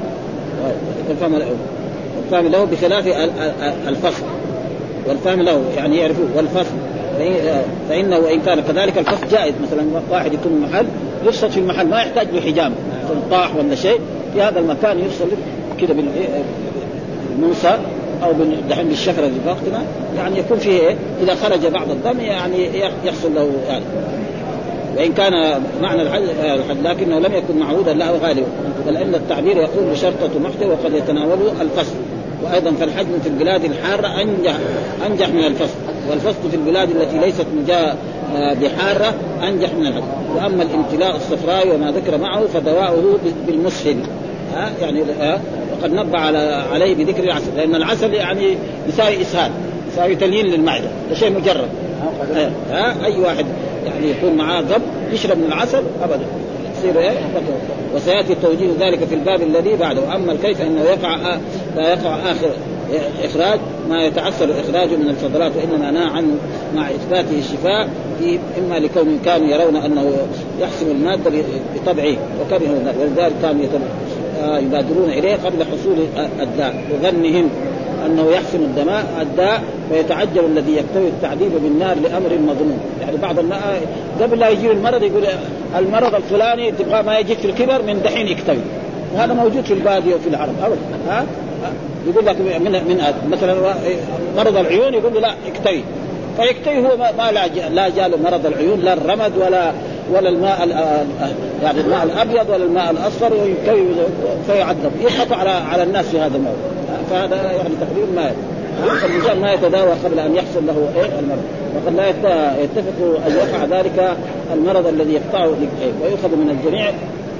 الفهم له بخلاف الفصل، والفهم له يعني يعرفوه، والفصل فإنه وإن كان كذلك الفصل جائز. مثلا واحد يكون محل يفصل في المحل ما يحتاج له حجام طاح ولا شيء، في هذا المكان يفصل كده بالموسى أو دحين بالشفرة اللي في وقتنا، يعني يكون فيه إذا خرج بعض الدم يعني يحصل له يعني. وإن كان معنى الحد لكنه لم يكن معهودا له غالبا، بل أن التعبير يقول بشرطة محدة وقد يتناوله الفصل. وأيضا فالحجم في البلاد الحارة أنجح أنجح من الفصل، والفصل في البلاد التي ليست مجاة بحارة أنجح من الحجم. وأما الامتلاء الصفراء وما ذكر معه فدواؤه بالمسهل، ها يعني ها وقد نبه على عليه بذكر العسل، لأن العسل يعني يساوي إسهال، يساوي تليين للمعدة، ده شيء مجرد. ها أي واحد يعني يكون معاه غب يشرب من العسل أبدا يصير إيه. وسيأتي توجيه ذلك في الباب الذي بعده. أما الكيف إنه يقع لا يقع آخر إخراج ما يتعسر إخراجه من الفضلات، وإنما نهى عنه مع إثباته الشفاء، في إما لكون كانوا يرون أنه يحسم المادة بطبعه وكرهوا ذلك، ولذلك كانوا يبادرون إليه قبل حصول الداء، وظنهم أنه يحسم الدماء الداء، ويتعجل الذي يكتوي التعذيب بالنار لأمر مظنون. يعني بعض الناس قبل لا يجي المرض يقول المرض الفلاني تبغى ما يجيك في الكبر من دحين يكتوي، وهذا موجود في البادية وفي العرب أبدا. ها يقول لك من من مثلا مرض العيون يقول له لا اكتوي، فيكتوي هو ما لا لا جاله مرض العيون، لا الرمد ولا ولا الماء يعني الماء الأبيض ولا الماء الأصفر، ويكتوي فيعذب يخطأ على على الناس في هذا الموضوع. فهذا يعني تقريبا ما الإنسان ما يتداوى قبل أن يحصل له إيه المرض، وقد لا يتفق أن يقع ذلك المرض الذي يقطعه إيه. ويؤخذ من الجميع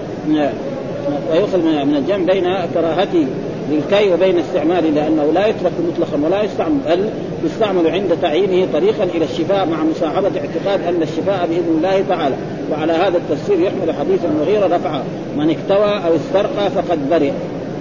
ويؤخذ من الجمع بين كراهته للكي وبين استعماله، لأنه لا يترك مطلقا ولا يستعمل، بل يستعمل عند تعيينه طريقا إلى الشفاء مع مصاحبة اعتقاد أن الشفاء بإذن الله تعالى. وعلى هذا التفسير يحمل حديث المغيرة رفعه: من اكتوى أو استرقى فقد برئ.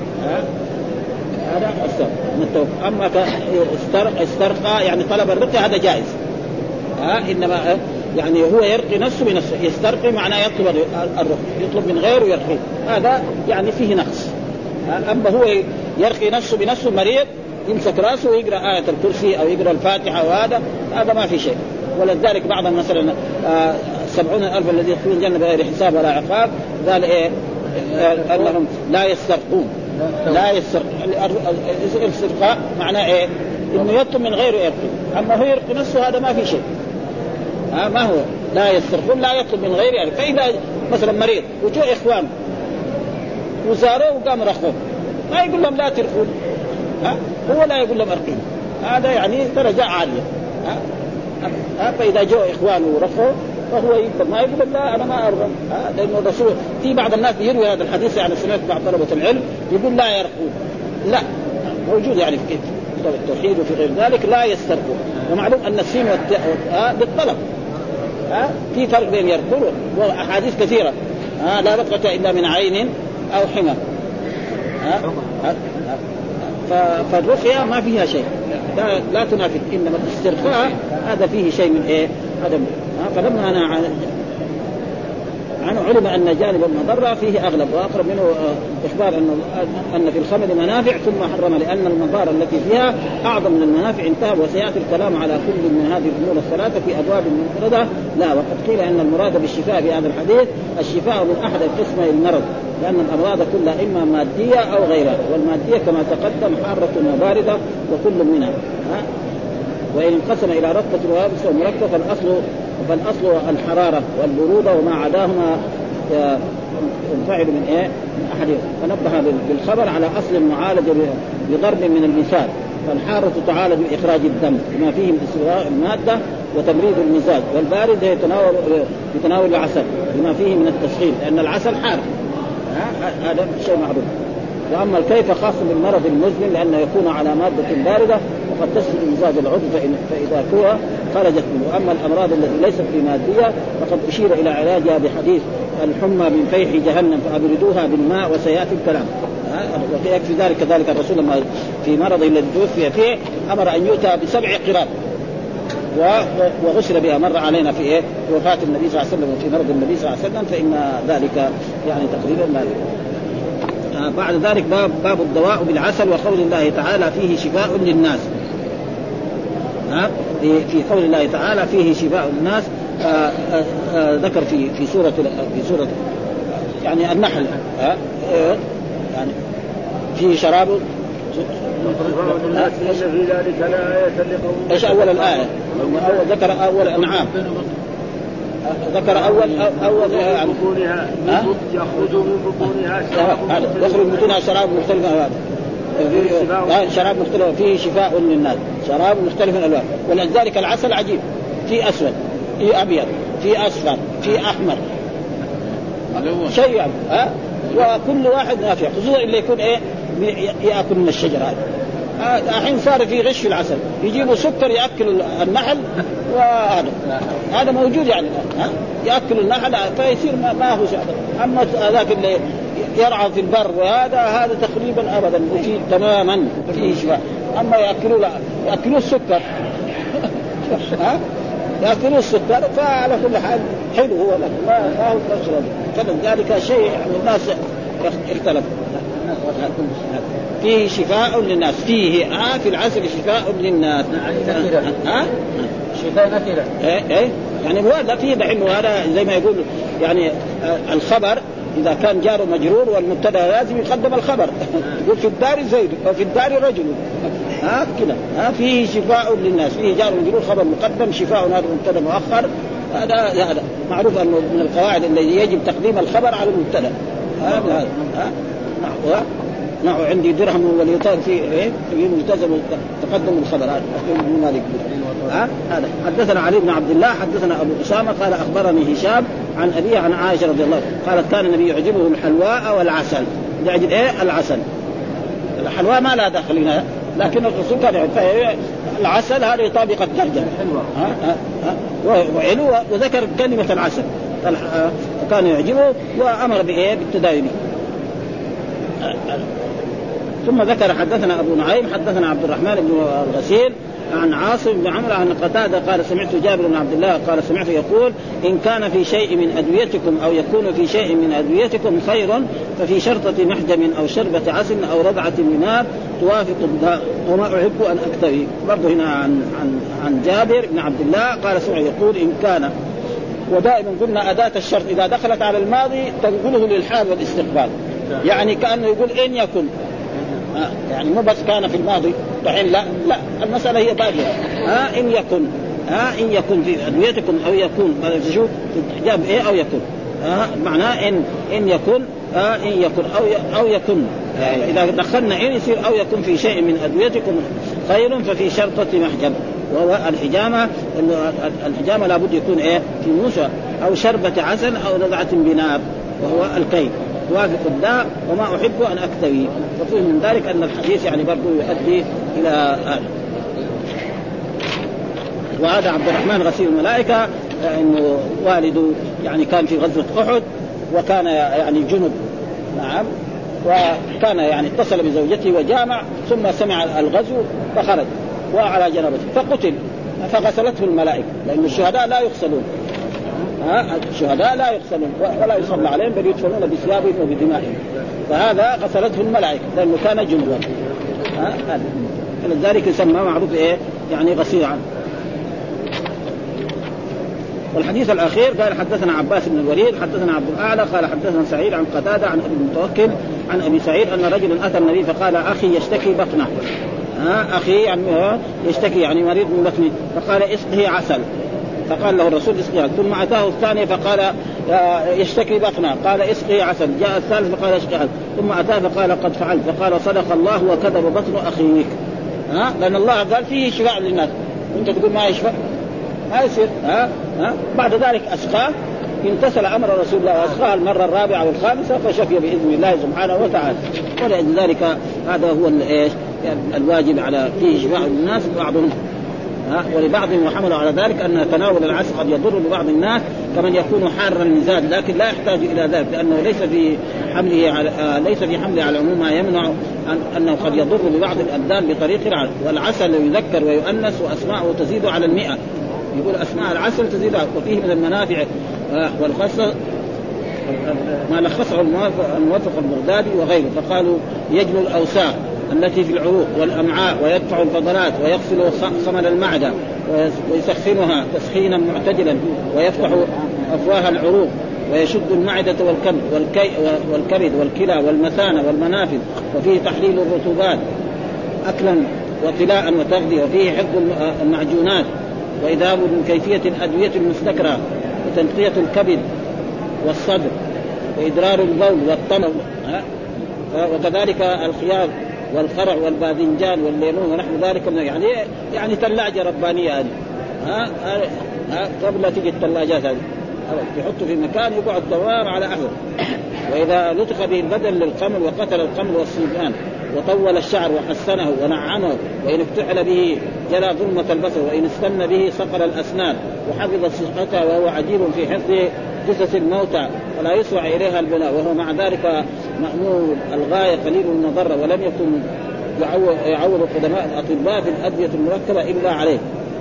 هذا السبب. أما استرقى يعني طلب الرقية هذا جائز، ها إنما يعني هو يرقي نفسه بنفسه، يسترقي معناه يطلب الرقية، يطلب من غيره يرقي، هذا يعني فيه نقص. أما هو يرقي نفسه بنفسه مريض يمسك رأسه ويقرأ آية الكرسي أو يقرأ الفاتحة، وهذا هذا ما في شيء. ولذلك بعض مثلا سبعون ألف الذي يدخلون الجنة بغير حساب ولا عقاب قال إيه أنهم لا يسترقون، لا يسترق. الاسترقاء معناه إيه؟ إنه يطلب من غيره يرقي، أما هو يرقي نفسه هذا ما في شيء. ها ما هو لا يسترقون، لا يطلب من غيره يعني. فإذا مثلا مريض وجاء إخوان وزاروه وقام رخوه ما يقول لهم لا ترقون، ها هو لا يقول لهم ارقين، هذا يعني درجة عالية. ها فإذا جاء إخوانه ورخوه فهو يقول ما يقول لا أنا ما أرغب، لأنه الرسول في بعض الناس يروي هذا الحديث، يعني سمعت بعض طلبة العلم يقول لا يرقون، لا موجود يعني في التوحيد وفي غير ذلك لا يسترقون. ومعلوم أن السين والتاء بالطلب، ها في فرق بين يرقون وأحاديث كثيرة، ها لا رقة إلا من عين أو حمى. ها فالرقية ما فيها شيء، لا, لا تنافي، إنما الاسترقاء هذا فيه شيء من إيه هذا. فلما أنا يعني علم أن جانب المضرة فيه أغلب وأقرب منه إخبار أن أن في الخمر منافع ثم حرم لأن المضار التي فيها أعظم من المنافع انتهى. وسيأتي الكلام على كل من هذه الأمور الثلاثة في أبواب مفردة. لا، وقد قيل أن المراد بالشفاء في هذا الحديث الشفاء من أحد قسمي المرض، لأن الأمراض كلها إما مادية أو غيرها، والمادية كما تقدم حارة وباردة وكل منها. ها؟ وإن انقسم إلى رطبة ويابس ومركب فالأصل فالأصل الحرارة والبرودة وما عداهما ينفعل من إيه من أحدهم. فنبه بالخبر على أصل معالج بضرب من المثال. فالحارة تعالج بإخراج الدم بما فيه من استواء المادة وتبريد المزاج، والبارد يتناول يتناول العسل بما فيه من التسخين لأن العسل حار، هذا شيء معروف. وأما الكيف خاص بالمرض المزمن لأنه يكون على مادة باردة وقد تسخن مزاج العضو فإذا كوى خرجت منه. وأما الأمراض التي ليست بمادية فقد أشير إلى علاجها بحديث الحمى من فيح جهنم فأبردوها بالماء وسيأتي الكلام. ويكفي ذلك كذلك الرسول لما في مرضه الذي توفي فيه أمر أن يؤتى بسبع قراب وغسل بها. مر علينا في إيه وفاة النبي صلى الله عليه وسلم وفي مرض النبي صلى الله عليه وسلم، فإن ذلك يعني تقريبا ما آه بعد ذلك باب, باب الدواء بالعسل وقول الله تعالى فيه شفاء للناس. آه في قول الله تعالى فيه شفاء للناس آه آه آه ذكر في في سورة في سورة يعني النحل آه يعني فيه شراب في ذلك الآية لقوم. ايش أول الآية؟ أول ذكر أول أنعام، ذكر أول أول يعني يخرج من بطونها يخرج من بطونها شراب مختلف ألوان، شراب مختلف فيه شفاء للناس، شراب مختلف الألوان. ولذلك العسل عجيب، في أسود، في أبيض، في أصفر، في أحمر، شيء يعني ها، وكل واحد نافع، خصوصا اللي يكون إيه يأكل من الشجرة هذه. الحين صار في غش في العسل، يجيبوا سكر يأكل النحل، وهذا هذا موجود يعني ها؟ يأكل النحل فيصير ما هو شيء. أما ذاك اللي يرعى في البر وهذا هذا تقريبا أبدا مفيد تماما فيه شفاء. أما يأكلوا لا يأكلوا السكر ها يأكلوا السكر فعلى كل حال حلو هو لك ما ما هو تشرب. فلذلك شيء يعني الناس اختلف. فيه شفاء للناس، فيه آه في العسل شفاء للناس. ها شفاء نكرة ايه ايه يعني هو لا فيه دحين. وهذا زي ما يقول يعني آه الخبر إذا كان جار مجرور والمبتدا لازم يقدم الخبر. يقول في الدار زيد وفي الدار رجل ها آه كده ها آه فيه شفاء للناس، فيه جار مجرور خبر مقدم، شفاء هذا مبتدا مؤخر. هذا هذا معروف أنه من القواعد التي يجب تقديم الخبر على المبتدا. هذا هذا ها نحو عندي درهم وليطار في ايه في ملتزم تقدم الخبر. هذا من مالك ها هذا. حدثنا علي بن عبد الله حدثنا ابو اسامه قال اخبرني هشام عن ابي عن عائشه رضي الله عنها قالت كان النبي يعجبه الحلواء والعسل. يعجب ايه العسل، الحلواء ما لا دخل هنا، لكن الرسول كان يعجب العسل. هذا يطابق الترجمه ها ها وعلو وذكر كلمه العسل كان يعجبه وامر بايه بالتداوي. ثم ذكر حدثنا أبو نعيم حدثنا عبد الرحمن بن الغسيل عن عاصم بن عمرو عن قتادة قال سمعت جابر بن عبد الله قال سمعت يقول إن كان في شيء من أدويتكم أو يكون في شيء من أدويتكم خير ففي شرطة محجم أو شربة عسل أو رضعة من نار توافق الداء وما أحب أن أكتوي. برضه هنا عن عن عن جابر بن عبد الله قال سمعت يقول إن كان، ودائما قلنا أداة الشرط إذا دخلت على الماضي تنقله للحال والاستقبال، يعني كأنه يقول إن يكن آه يعني مو بس كان في الماضي دحين، لا لا المسألة هي باقية. ها آه إن يكن ها آه إن يكن في أدويتكم أو يكون شوف جاب إيه أو يكون آه معناه إن إن يكن آه إن يكن أو أو يكن يعني إذا دخلنا إن يصير أو يكن في شيء من أدويتكم خير ففي شرطة محجب، وهو الحجامة. الحجامة لابد يكون إيه في موسى أو شربة عسل أو رضعة بنار وهو الكي توافق الداء وما أحب أن أكتوي. وفيه من ذلك أن الحديث يعني برضو يؤدي إلى هذا. وهذا عبد الرحمن غسيل الملائكة إنه والده يعني كان في غزوة أحد وكان يعني جنب نعم، وكان يعني اتصل بزوجته وجامع ثم سمع الغزو فخرج وعلى جنبته فقتل فغسلته الملائكة، لأن الشهداء لا يغسلون الشهداء لا يغسلون ولا يصلى عليهم بل يدفنون بثيابهم وبدمائهم، فهذا غسلته الملائكة لأنه كان جنبا. فلذلك يسمى معروف إيه يعني غسيل عنه. والحديث الأخير قال حدثنا عباس بن الوليد حدثنا عبد الأعلى قال حدثنا سعيد عن قتادة عن أبي المتوكل عن أبي سعيد أن رجلا أتى النبي فقال أخي يشتكي بطنه، ها أخي يعني يشتكي يعني مريض من بطنه، فقال اسقه عسل، فقال له الرسول اسقه عسل. ثم أتاه الثاني فقال يشتكي بطنه قال اسقه عسل. جاء الثالث فقال اسقه عسل. ثم أتاه فقال قد فعلت، فقال صدق الله وكذب بطن أخيك، ها لأن الله قال فيه شفاء للناس وأنت تقول ما يشفى ما يصير. ها ها بعد ذلك أسقاه، امتثل أمر رسول الله وأسقاه المرة الرابعة والخامسة فشفي بإذن الله سبحانه وتعالى. ولذلك هذا هو الإيش الواجب على فيه شفاء الناس بعضهم، ها ولبعضهم وحملوا على ذلك أن تناول العسل قد يضر ببعض الناس كمن يكون حارا المزاج، لكن لا يحتاج إلى ذلك لأنه ليس في حمله على آه ليس في حمله على العموم ما يمنع أن أنه قد يضر ببعض الأبدان بطريق العسل. والعسل يذكر ويؤنس وأسماءه تزيد على المئة، يقول أسماء العسل تزيد، وفيه من المنافع آه والخاصة ما لخصه الموفق البغدادي وغيره، فقالوا يجلو الأوساخ التي في العروق والأمعاء ويدفع الفضلات ويغسل خمل المعدة ويسخنها تسخينا معتدلا ويفتح أفواه العروق ويشد المعدة والكبد والكي والكبد والكلى والمثانة والمنافذ، وفيه تحليل الرطوبات أكلا وطلاء وتغذية، وفيه حفظ المعجونات وإذهاب من كيفية الأدوية المستكرة وتنقية الكبد والصدر وإدرار البول والطمع، وكذلك الخيار والخرع والباذنجان والليمون ونحو ذلك يعني يعني ثلاجة ربانية هذه، ها ها قبل تجي الثلاجات هذه يحطوا في مكان يقعد دوام على أهله. وإذا لطخ به البدن للقمل وقتل القمل والصبيان وطول الشعر وحسنه ونعمه، وإن اكتحل به جلى ظلمة البصر، وإن استن به صقر الأسنان وحفظ صحته، وهو عجيب في حفظ جثث الموتى ولا يسرع إليها البناء، وهو مع ذلك مأمور الغاية قليل المضرة، ولم يكن يعول قدماء الأطباء في الأدوية المركبة إلا عليه.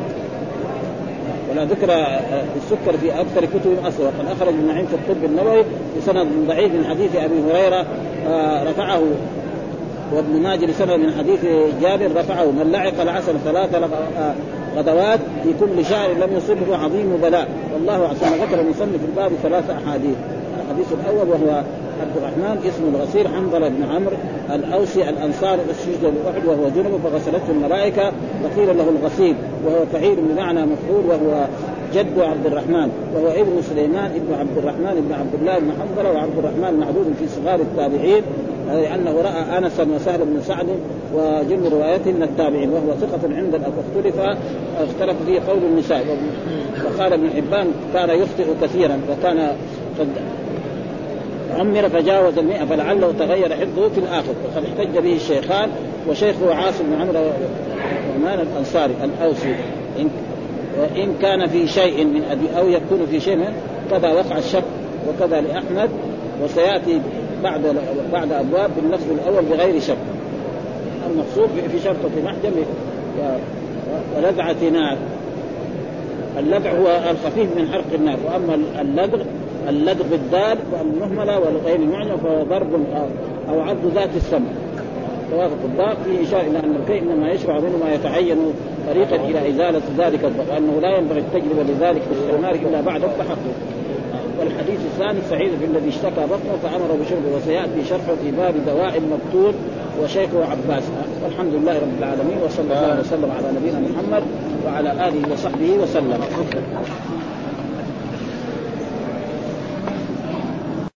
ولا ذكر السكر في أكثر كتب أصلا، وقد أخرج ابن معين في الطب النبوي بسند ضعيف من حديث أبي هريرة رفعه، وابن ماجه بسند من حديث جابر رفعه من لعق العسل ثلاث غدوات في كل شهر لم يصبه عظيم بلاء، والله أعلم. ذكر المصنف في الباب ثلاث أحاديث. الحديث الأول وهو عبد الرحمن اسمه الغسيل حنظلة بن عمرو الأوسي الأنصار الشهيد بأحد وهو جنب فغسلته الملائكة فقيل له الغسيل، وهو فعيل بمعنى مفعول، وهو جد عبد الرحمن، وهو ابن سليمان ابن عبد الرحمن ابن عبد الله بن حنظلة، وعبد الرحمن معدود في صغار التابعين لأنه رأى أنسا وسهل بن سعد وجل روايته من التابعين، وهو ثقة عند اختلف اختلف فيه قول النساء. وقال ابن حبان كان يخطئ كثيرا وكان قد عمر فجاوز المئة فلعله تغير حفظه في الآخر، وقد احتج به الشيخان وشيخه عاصم بن عمرو الرحمن الأنصاري الأوسي إن, إن كان في شيء من أدي أو يكون في شيء من كذا وقع الشك، وكذا لأحمد، وسيأتي بعد بعد أبواب باللفظ الأول بغير شك. المقصود في شرطة محجم ولدعة نار. اللدع هو الخفيف من حرق النار، وأما اللدغ اللدغ بالدال والمهملة والغير المعنى فهو ضرب أو عض ذات السم. توافق الضاء فيه إشارة إلى أن الكي إنما يشرع منه ما يتعين طريقا إلى إزالة ذلك الضغط، وأنه لا ينبغي التجربة لذلك في الاستعمار إلا بعد التحقق. والحديث الثاني سعيد في الذي اشتكى بطنه فأمر بشربه، وسيأتي شرحه في باب دواء مقتول وشيخه عباس. والحمد لله رب العالمين، وصلى الله وسلم على نبينا محمد وعلى آله وصحبه وسلم.